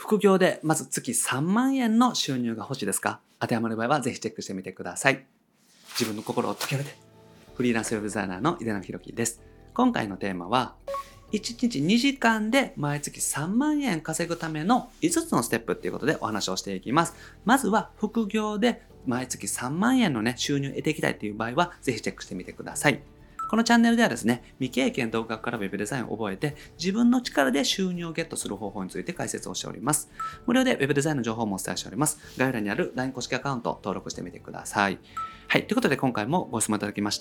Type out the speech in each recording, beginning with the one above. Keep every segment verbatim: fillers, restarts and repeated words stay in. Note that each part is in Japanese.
副業でまず月さんまんえんの収入が欲しいですか？当てはまる場合はぜひチェックしてみてください。自分の心を解き放て。フリーランスウェブデザイナーの井出野博樹です。今回のテーマは、いちにちにじかんで毎月さんまんえん稼ぐためのいつつのステップということでお話をしていきます。まずは副業で毎月さんまんえんのね、収入を得ていきたいという場合はぜひチェックしてみてください。このチャンネルではですね、未経験独学からウェブデザインを覚えて、自分の力で収入をゲットする方法について解説をしております。無料でウェブデザインの情報もお伝えしております。概要欄にある ライン 公式アカウントを登録してみてください。はい、ということで今回もご質問いただきました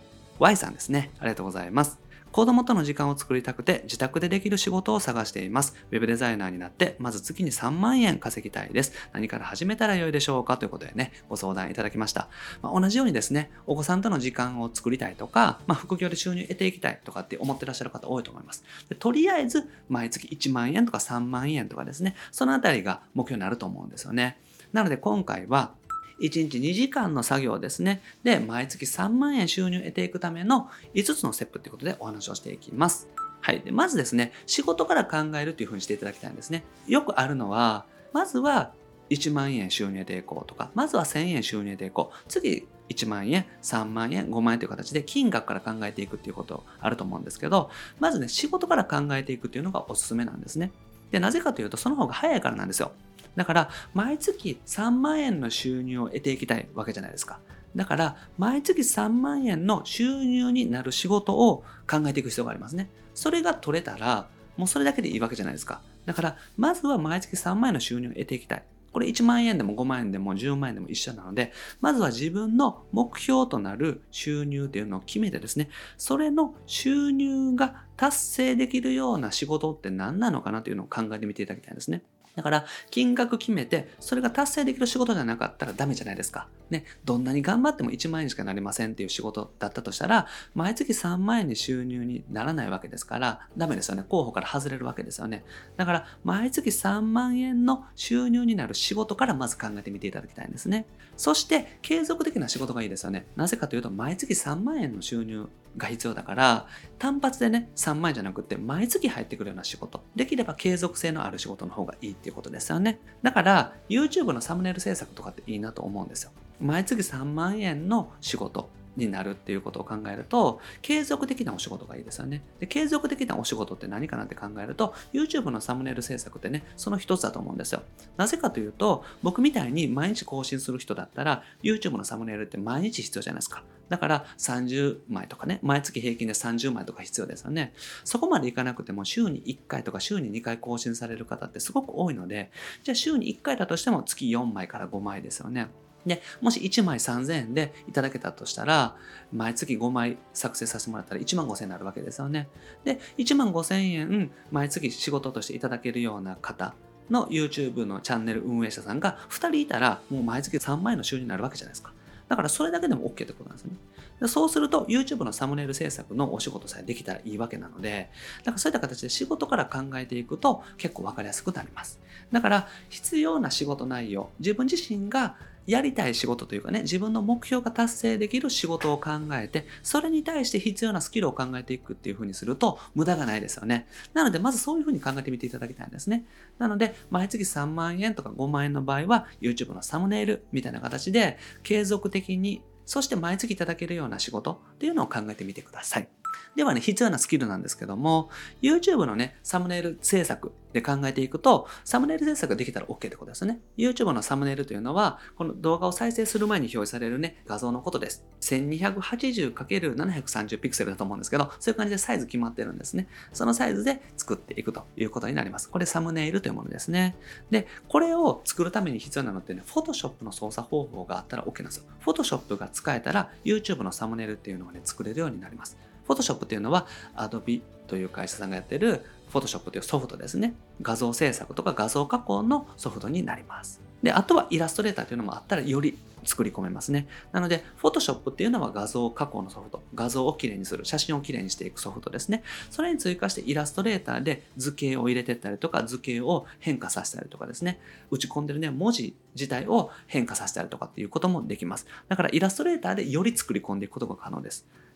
。Y さんですね。ありがとうございます。子供との時間を作りたくて自宅でできる仕事を探しています。ウェブデザイナーになってまず月にさんまんえん稼ぎたいです。何から始めたらよいでしょうかということでね、ご相談いただきました。まあ、同じようにですね、お子さんとの時間を作りたいとか、まあ、副業で収入を得ていきたいとかって思ってらっしゃる方多いと思います。でとりあえず毎月いちまんえんとかさんまんえんとかですね、そのあたりが目標になると思うんですよね。なので今回はいちにちにじかんの作業ですね。で、毎月さんまんえん収入を得ていくためのいつつのステップということでお話をしていきます。はい。で、まずですね、仕事から考えるというふうにしていただきたいんですね。よくあるのは、まずはいちまんえん収入でいこうとか、まずはせんえん収入でいこう。次、いちまんえん、さんまんえん、ごまんえんという形で金額から考えていくっていうことあると思うんですけど、まずね、仕事から考えていくっていうのがおすすめなんですね。で、なぜかというと、その方が早いからなんですよ。だから、毎月さんまんえんの収入を得ていきたいわけじゃないですか。だから、毎月さんまんえんの収入になる仕事を考えていく必要がありますね。それが取れたら、もうそれだけでいいわけじゃないですか。だから、まずは毎月さんまんえんの収入を得ていきたい。これいちまんえんでもごまんえんでもじゅうまんえんでも一緒なので、まずは自分の目標となる収入というのを決めてですね、それの収入が達成できるような仕事って何なのかなというのを考えてみていただきたいんですね。だから、金額決めて、それが達成できる仕事じゃなかったらダメじゃないですか。ね、どんなに頑張ってもいちまんえんしかなりませんっていう仕事だったとしたら、毎月さんまんえんに収入にならないわけですから、ダメですよね。候補から外れるわけですよね。だから、毎月さんまんえんの収入になる仕事からまず考えてみていただきたいんですね。そして、継続的な仕事がいいですよね。なぜかというと、毎月さんまんえんの収入が必要だから、単発でね、さんまんえんじゃなくて、毎月入ってくるような仕事。できれば継続性のある仕事の方がいいっていうことですよね。だから、YouTube のサムネイル制作とかっていいなと思うんですよ。毎月さんまんえんの仕事になるっていうことを考えると、継続的なお仕事がいいですよね。で、継続的なお仕事って何かなって考えると、YouTube のサムネイル制作ってね、その一つだと思うんですよ。なぜかというと、僕みたいに毎日更新する人だったら、YouTube のサムネイルって毎日必要じゃないですか。だからさんじゅうまいとかね、毎月平均でさんじゅうまいとか必要ですよね。そこまでいかなくても週にいっかいとか週ににかい更新される方ってすごく多いので、じゃあ週にいっかいだとしても月よんまいからごまいですよね。で、もしいちまいさんぜんえんでいただけたとしたら、毎月ごまい作成させてもらったらいちまんごせんえんになるわけですよね。で、いちまんごせんえん毎月仕事としていただけるような方の YouTube のチャンネル運営者さんがふたりいたら、もう毎月さんまんえんの収入になるわけじゃないですか。だからそれだけでも OK ってことなんですね。でそうすると YouTube のサムネイル制作のお仕事さえできたらいいわけなので、だからそういった形で仕事から考えていくと結構わかりやすくなります。だから必要な仕事内容、自分自身がやりたい仕事というかね、自分の目標が達成できる仕事を考えて、それに対して必要なスキルを考えていくっていう風にすると無駄がないですよね。なのでまずそういう風に考えてみていただきたいんですね。なので毎月さんまんえんとかごまんえんの場合は YouTube のサムネイルみたいな形で継続的に、そして毎月いただけるような仕事っていうのを考えてみてください。ではね、必要なスキルなんですけども、YouTube のね、サムネイル制作で考えていくと、サムネイル制作ができたら OK ってことですね。YouTube のサムネイルというのは、この動画を再生する前に表示されるね、画像のことです。せんにひゃくはちじゅうかけるななひゃくさんじゅうピクセルだと思うんですけど、そういう感じでサイズ決まってるんですね。そのサイズで作っていくということになります。これサムネイルというものですね。で、これを作るために必要なのってね、Photoshop の操作方法があったら OK なんですよ。Photoshop が使えたら YouTube のサムネイルっていうのがね、作れるようになります。Photoshop っていうのは Adobe という会社さんがやってる Photoshop というソフトですね。画像制作とか画像加工のソフトになります。で、あとはイラストレーターというのもあったらより作り込めますね。なので、Photoshop っていうのは画像加工のソフト。画像をきれいにする。写真をきれいにしていくソフトですね。それに追加してイラストレーターで図形を入れていったりとか、図形を変化させたりとかですね。打ち込んでるね、文字自体を変化させたりとかっていうこともできます。だからイラストレーターでより作り込んでいくことが可能です。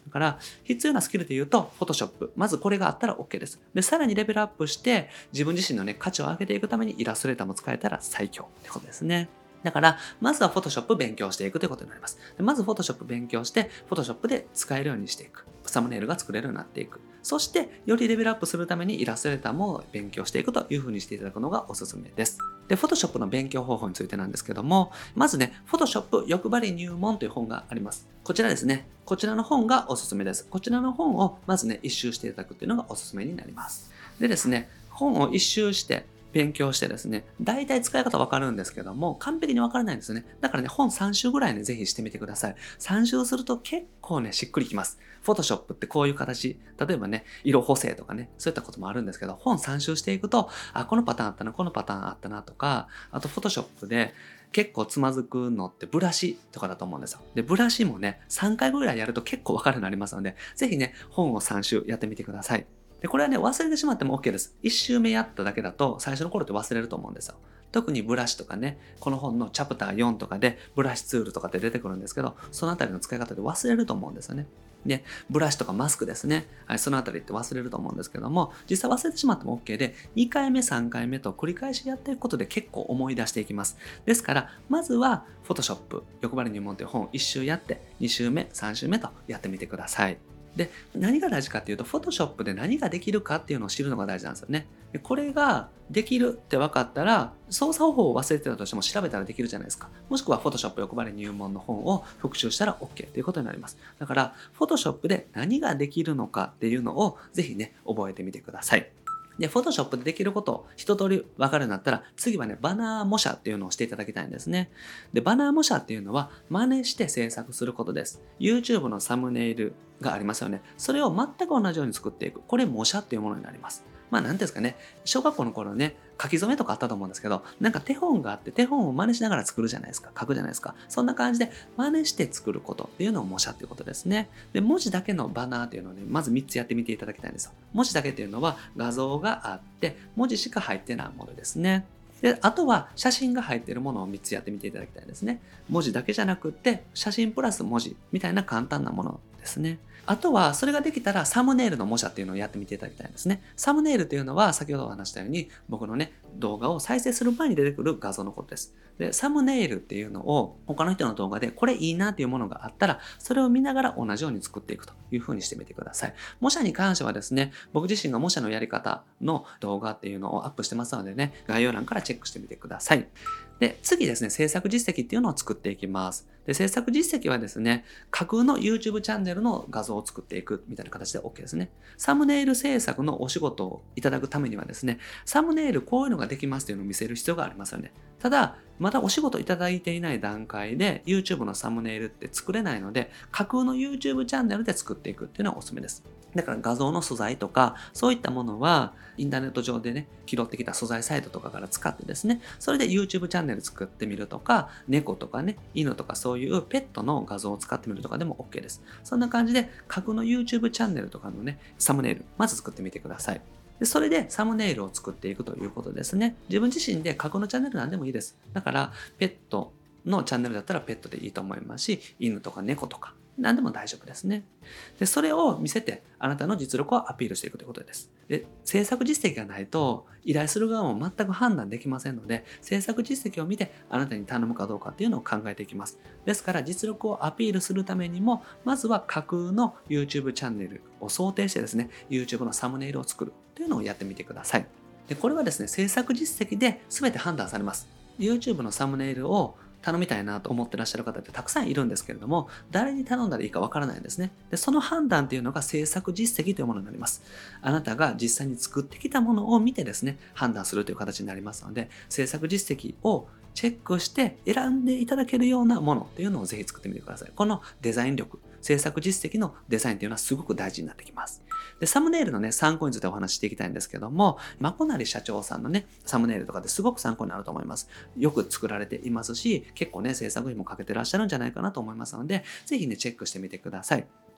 だから、必要なスキルで言うと、Photoshop。まずこれがあったら OK です。で、さらにレベルアップして、自分自身のね、価値を上げていくためにイラストレーターも使えたら最強ってことですね。だから、まずは Photoshop 勉強していくということになります。でまず Photoshop 勉強して、Photoshop で使えるようにしていく。サムネイルが作れるようになっていく。そして、よりレベルアップするためにイラストレーターも勉強していくというふうにしていただくのがおすすめです。で、Photoshop の勉強方法についてなんですけども、まずね、Photoshop 欲張り入門という本があります。こちらですね。こちらの本がおすすめです。こちらの本をまずね、一周していただくっていうのがおすすめになります。でですね、本を一周して、勉強してですね、大体使い方わかるんですけども、完璧にわからないんですよね。だからね、本さん周ぐらいね、ぜひしてみてください。さん周すると結構ね、しっくりきます。Photoshop ってこういう形、例えばね、色補正とかね、そういったこともあるんですけど、本さん周していくと、あ、このパターンあったな、このパターンあったなとか、あと Photoshop で結構つまずくのってブラシとかだと思うんですよ。で、ブラシもね、さんかいぐらいやると結構わかるようになりますので、ぜひね、本をさん周やってみてください。で、これはね、忘れてしまっても OK です。一周目やっただけだと、最初の頃って忘れると思うんですよ。特にブラシとかね、この本のチャプターよんとかで、ブラシツールとかって出てくるんですけど、そのあたりの使い方で忘れると思うんですよね。で、ブラシとかマスクですね。はい、そのあたりって忘れると思うんですけども、実際忘れてしまっても OK で、にかいめ、さんかいめと繰り返しやっていくことで結構思い出していきます。ですから、まずは Photoshop、欲張り入門という本をいち周やって、に周目、さん周目とやってみてください。で、何が大事かっていうと、Photoshop で何ができるかっていうのを知るのが大事なんですよね。でこれができるって分かったら、操作方法を忘れてたとしても調べたらできるじゃないですか。もしくは Photoshop 欲張り入門の本を復習したら OK ということになります。だから、Photoshop で何ができるのかっていうのをぜひね、覚えてみてください。で、Photoshop でできることを一通り分かるようになったら、次はね、バナー模写っていうのをしていただきたいんですね。で、バナー模写っていうのは真似して制作することです。YouTube のサムネイルがありますよね。それを全く同じように作っていく。これ模写っていうものになります。まあ、なんですかね。小学校の頃ね、書き初めとかあったと思うんですけど、なんか手本があって、手本を真似しながら作るじゃないですか。書くじゃないですか。そんな感じで真似して作ることっていうのを模写っていうことですね。で、文字だけのバナーっていうのをね、まずみっつやってみていただきたいんですよ。文字だけっていうのは画像があって、文字しか入ってないものですね。で、あとは写真が入っているものをみっつやってみていただきたいですね。文字だけじゃなくって、写真プラス文字みたいな簡単なものですね。あとは、それができたらサムネイルの模写っていうのをやってみていただきたいんですね。サムネイルっていうのは、先ほどお話したように、僕のね、動画を再生する前に出てくる画像のことです。で、サムネイルっていうのを、他の人の動画で、これいいなっていうものがあったら、それを見ながら同じように作っていくという風にしてみてください。模写に関してはですね、僕自身が模写のやり方の動画っていうのをアップしてますのでね、概要欄からチェックしてみてください。で、次ですね、制作実績っていうのを作っていきます。で、制作実績はですね、架空の YouTube チャンネルの画像を作っていくみたいな形で OK ですね。サムネイル制作のお仕事をいただくためにはですね、サムネイルこういうのができますっていうのを見せる必要がありますよね。ただ、まだお仕事いただいていない段階で YouTube のサムネイルって作れないので、架空の YouTube チャンネルで作っていくっていうのはおすすめです。だから画像の素材とか、そういったものは、インターネット上でね、拾ってきた素材サイトとかから使ってですね、それで YouTube チャンネル作ってみるとか、猫とかね、犬とかそういうペットの画像を使ってみるとかでも OK です。そんな感じで、架空の YouTube チャンネルとかのね、サムネイル、まず作ってみてください。でそれでサムネイルを作っていくということですね。自分自身で架空のチャンネルなんでもいいです。だから、ペットのチャンネルだったらペットでいいと思いますし、犬とか猫とか、何でも大丈夫ですね。で、それを見せて、あなたの実力をアピールしていくということです。で、制作実績がないと、依頼する側も全く判断できませんので、制作実績を見て、あなたに頼むかどうかっていうのを考えていきます。ですから、実力をアピールするためにも、まずは架空の YouTube チャンネルを想定してですね、YouTube のサムネイルを作るというのをやってみてください。で、これはですね、制作実績で全て判断されます。YouTube のサムネイルを頼みたいなと思ってらっしゃる方ってたくさんいるんですけれども、誰に頼んだらいいかわからないんですね。で、その判断っていうのが制作実績というものになります。あなたが実際に作ってきたものを見てですね、判断するという形になりますので、制作実績をチェックして選んでいただけるようなものっていうのをぜひ作ってみてください。このデザイン力、制作実績のデザインっていうのはすごく大事になってきます。で、サムネイルのね、参考についてお話ししていきたいんですけども、まこなり社長さんのね、サムネイルとかですごく参考になると思います。よく作られていますし、結構ね、制作費もかけてらっしゃるんじゃないかなと思いますので、ぜひね、チェックしてみてください。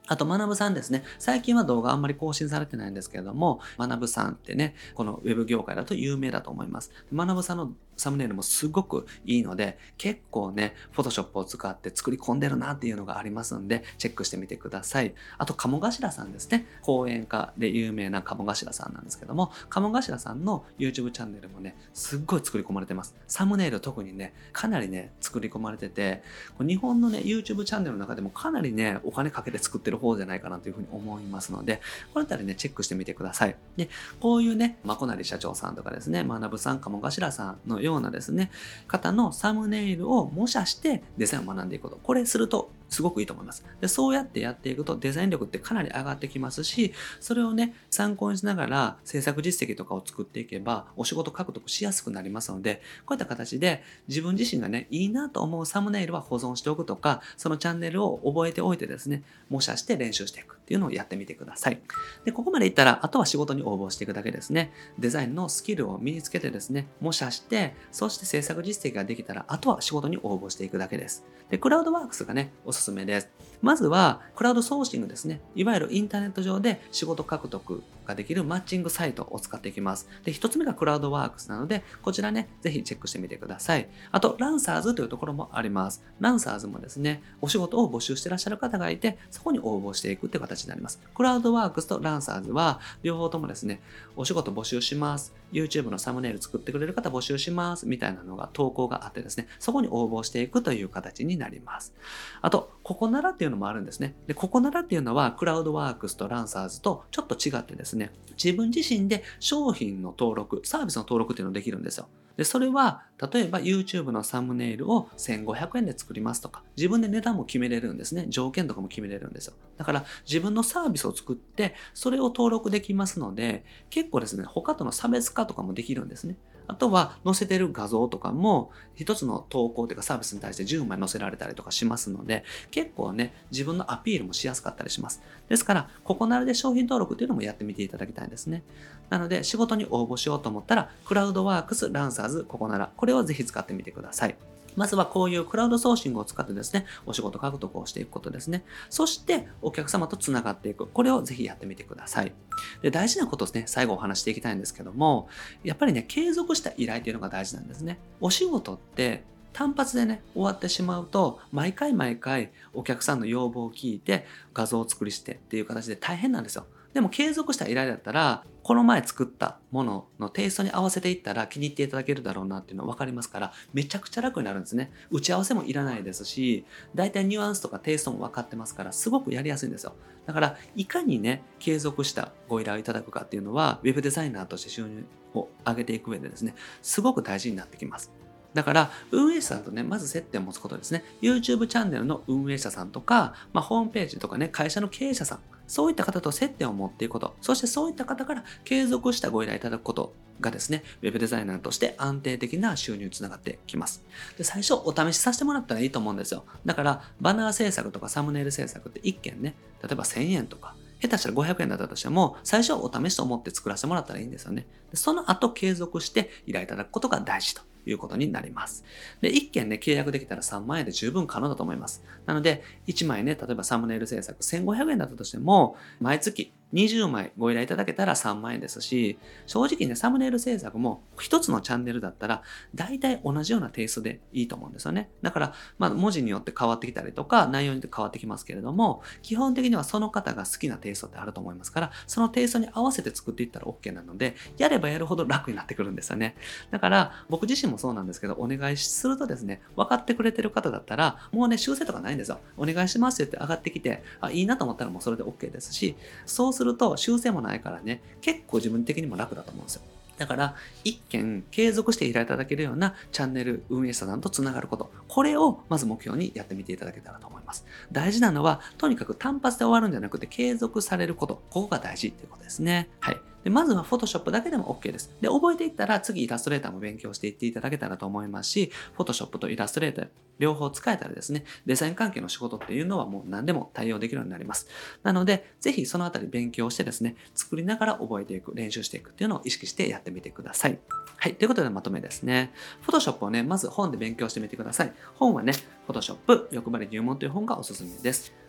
あと、学さんですね。最近は動画あんまり更新されてないんですけれども、学さんってね、このウェブ業界だと有名だと思います。学さんのサムネイルもすごくいいので、結構ね、Photoshop を使って作り込んでるなっていうのがありますんで、チェックしてみてください。あと、鴨頭さんですね。講演家で有名な鴨頭さんなんですけども、鴨頭さんの YouTube チャンネルもね、すっごい作り込まれてます。サムネイル特にね、かなりね、作り込まれてて、日本のね、YouTube チャンネルの中でもかなりね、お金かけて作ってる方じゃないかなというふうに思いますので、このあたりね、チェックしてみてください。で、こういうね、まこなり社長さんとかですね、学さん、鴨頭さんのようなですね、方のサムネイルを模写してデザインを学んでいくこと。これするとすごくいいと思います。で、そうやってやっていくとデザイン力ってかなり上がってきますし、それをね、参考にしながら制作実績とかを作っていけば、お仕事獲得しやすくなりますので、こういった形で自分自身がね、いいなと思うサムネイルは保存しておくとか、そのチャンネルを覚えておいてですね、模写して練習していくっていうのをやってみてください。で、ここまでいったら、あとは仕事に応募していくだけですね。デザインのスキルを身につけてですね、模写して、そして制作実績ができたら、あとは仕事に応募していくだけです。で、クラウドワークスがね、おすすめです。まずは、クラウドソーシングですね。いわゆるインターネット上で仕事獲得ができるマッチングサイトを使っていきます。で、一つ目がクラウドワークスなので、こちらね、ぜひチェックしてみてください。あと、ランサーズというところもあります。ランサーズもですね、お仕事を募集していらっしゃる方がいて、そこに応募していくという形になります。クラウドワークスとランサーズは、両方ともですね、お仕事募集します。YouTube のサムネイル作ってくれる方募集します。みたいなのが投稿があってですね、そこに応募していくという形になります。あと、ここならっていうのもあるんですね。で、ここならっていうのは、クラウドワークスとランサーズとちょっと違ってですね、自分自身で商品の登録、サービスの登録っていうのができるんですよ。で、それは、例えば YouTube のサムネイルをせんごひゃくえんで作りますとか、自分で値段も決めれるんですね。条件とかも決めれるんですよ。だから自分のサービスを作って、それを登録できますので、結構ですね、他との差別化とかもできるんですね。あとは載せてる画像とかも一つの投稿というかサービスに対してじゅうまい載せられたりとかしますので、結構ね、自分のアピールもしやすかったりします。ですから、ここならで商品登録っていうのもやってみていただきたいんですね。なので、仕事に応募しようと思ったら、クラウドワークス、ランサーズ、ここなら、これをぜひ使ってみてください。まずはこういうクラウドソーシングを使ってですね、お仕事獲得をしていくことですね。そしてお客様とつながっていく。これをぜひやってみてください。で、大事なことですね、最後お話していきたいんですけども、やっぱりね、継続した依頼というのが大事なんですね。お仕事って単発でね、終わってしまうと、毎回毎回お客さんの要望を聞いて、画像を作りしてっていう形で大変なんですよ。でも継続した依頼だったら、この前作ったもののテイストに合わせていったら気に入っていただけるだろうなっていうのは分かりますから、めちゃくちゃ楽になるんですね。打ち合わせもいらないですし、大体ニュアンスとかテイストも分かってますから、すごくやりやすいんですよ。だから、いかにね、継続したご依頼をいただくかっていうのは、ウェブデザイナーとして収入を上げていく上でですね、すごく大事になってきます。だから、運営者さんとね、まず接点を持つことですね。YouTube チャンネルの運営者さんとか、まあ、ホームページとかね、会社の経営者さん、そういった方と接点を持っていくこと、そしてそういった方から継続したご依頼いただくことがですね、ウェブデザイナーとして安定的な収入につながってきます。で、最初お試しさせてもらったらいいと思うんですよ。だから、バナー制作とかサムネイル制作っていっけんね、例えばせんえんとか、下手したらごひゃくえんだったとしても、最初はお試しと思って作らせてもらったらいいんですよね。でその後継続して依頼いただくことが大事ということになります。で、いっけんね、契約できたらさんまんえんで十分可能だと思います。なので、いちまいね、例えばサムネイル制作せんごひゃくえんだったとしても、毎月にじゅうまいご依頼いただけたらさんまんえんですし、正直ね、サムネイル制作も一つのチャンネルだったら、大体同じようなテイストでいいと思うんですよね。だから、まあ、文字によって変わってきたりとか、内容によって変わってきますけれども、基本的にはその方が好きなテイストってあると思いますから、そのテイストに合わせて作っていったら OK なので、やればやるほど楽になってくるんですよね。だから、僕自身もそうなんですけど、お願いするとですね、分かってくれてる方だったら、もうね、修正とかないんですよ。お願いしますって言って上がってきて、あ、いいなと思ったらもうそれで OK ですし、そうすると修正もないからね、結構自分的にも楽だと思うんですよ。だから、一件継続して依頼いただけるようなチャンネル運営者さんとつながること。これをまず目標にやってみていただけたらと思います。大事なのは、とにかく単発で終わるんじゃなくて継続されること。ここが大事っていうことですね。はい。でまずは Photoshop だけでも OK です。で、覚えていったら次イラストレーターも勉強していっていただけたらと思いますし、Photoshop とイラストレーター両方使えたらですね、デザイン関係の仕事っていうのはもう何でも対応できるようになります。なので、ぜひそのあたり勉強してですね、作りながら覚えていく、練習していくっていうのを意識してやってみてください。はい。ということでまとめですね。Photoshop をね、まず本で勉強してみてください。本はね、Photoshop 欲張り入門という本がおすすめです。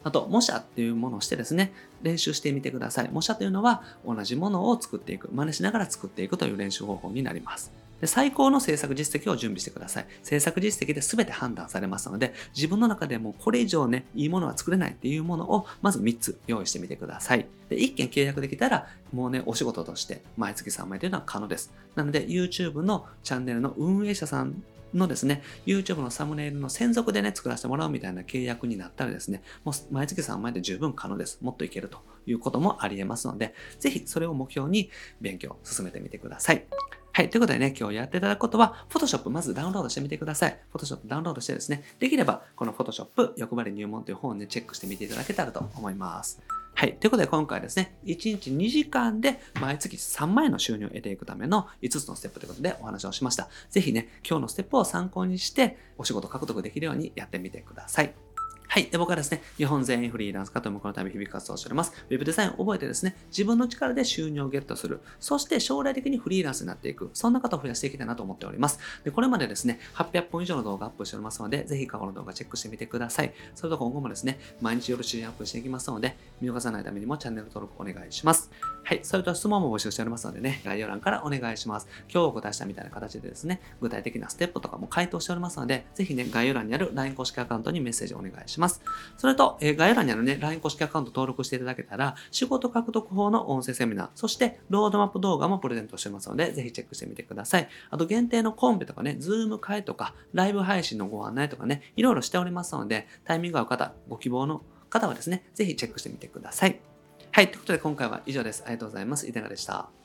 あと、模写っていうものをしてですね、練習してみてください。模写というのは同じものを作っていく、真似しながら作っていくという練習方法になります。で、最高の制作実績を準備してください。制作実績で全て判断されますので、自分の中でもこれ以上ね、いいものは作れないっていうものをまずみっつ用意してみてください。で、いっけん契約できたら、もうね、お仕事として毎月さんまいというのは可能です。なので、YouTube のチャンネルの運営者さんのですね、YouTube のサムネイルの専属でね、作らせてもらうみたいな契約になったらですね、もう毎月さんまいで十分可能です。もっといけるということもあり得ますので、ぜひそれを目標に勉強を進めてみてください。はい。ということでね、今日やっていただくことは、Photoshop まずダウンロードしてみてください。Photoshop ダウンロードしてですね、できれば、この Photoshop 欲張り入門という本をね、チェックしてみていただけたらと思います。はい。ということで、今回ですね、いちにちにじかんで毎月さんまんえんの収入を得ていくためのいつつのステップということでお話をしました。ぜひね、今日のステップを参考にして、お仕事獲得できるようにやってみてください。はい。で、僕はですね、日本全員フリーランス化と向こうのため日々活動しております。ウェブデザインを覚えてですね、自分の力で収入をゲットする。そして将来的にフリーランスになっていく。そんな方を増やしていきたいなと思っております。で、これまでですね、はっぴゃっぽん以上の動画アップしておりますので、ぜひ過去の動画チェックしてみてください。それと今後もですね、毎日夜しちじにアップしていきますので、見逃さないためにもチャンネル登録お願いします。はい。それと質問も募集しておりますのでね、概要欄からお願いします。今日お答えしたみたいな形でですね、具体的なステップとかも回答しておりますので、ぜひね、概要欄にある ライン 公式アカウントにメッセージをお願いします。それと、えー、概要欄にあるね、ライン 公式アカウント登録していただけたら、仕事獲得法の音声セミナー、そしてロードマップ動画もプレゼントしてますので、ぜひチェックしてみてください。あと、限定のコンペとかね、ズーム会とか、ライブ配信のご案内とかね、いろいろしておりますので、タイミングが合う方、ご希望の方はですね、ぜひチェックしてみてください。はい、ということで今回は以上です。ありがとうございます。いかがでした？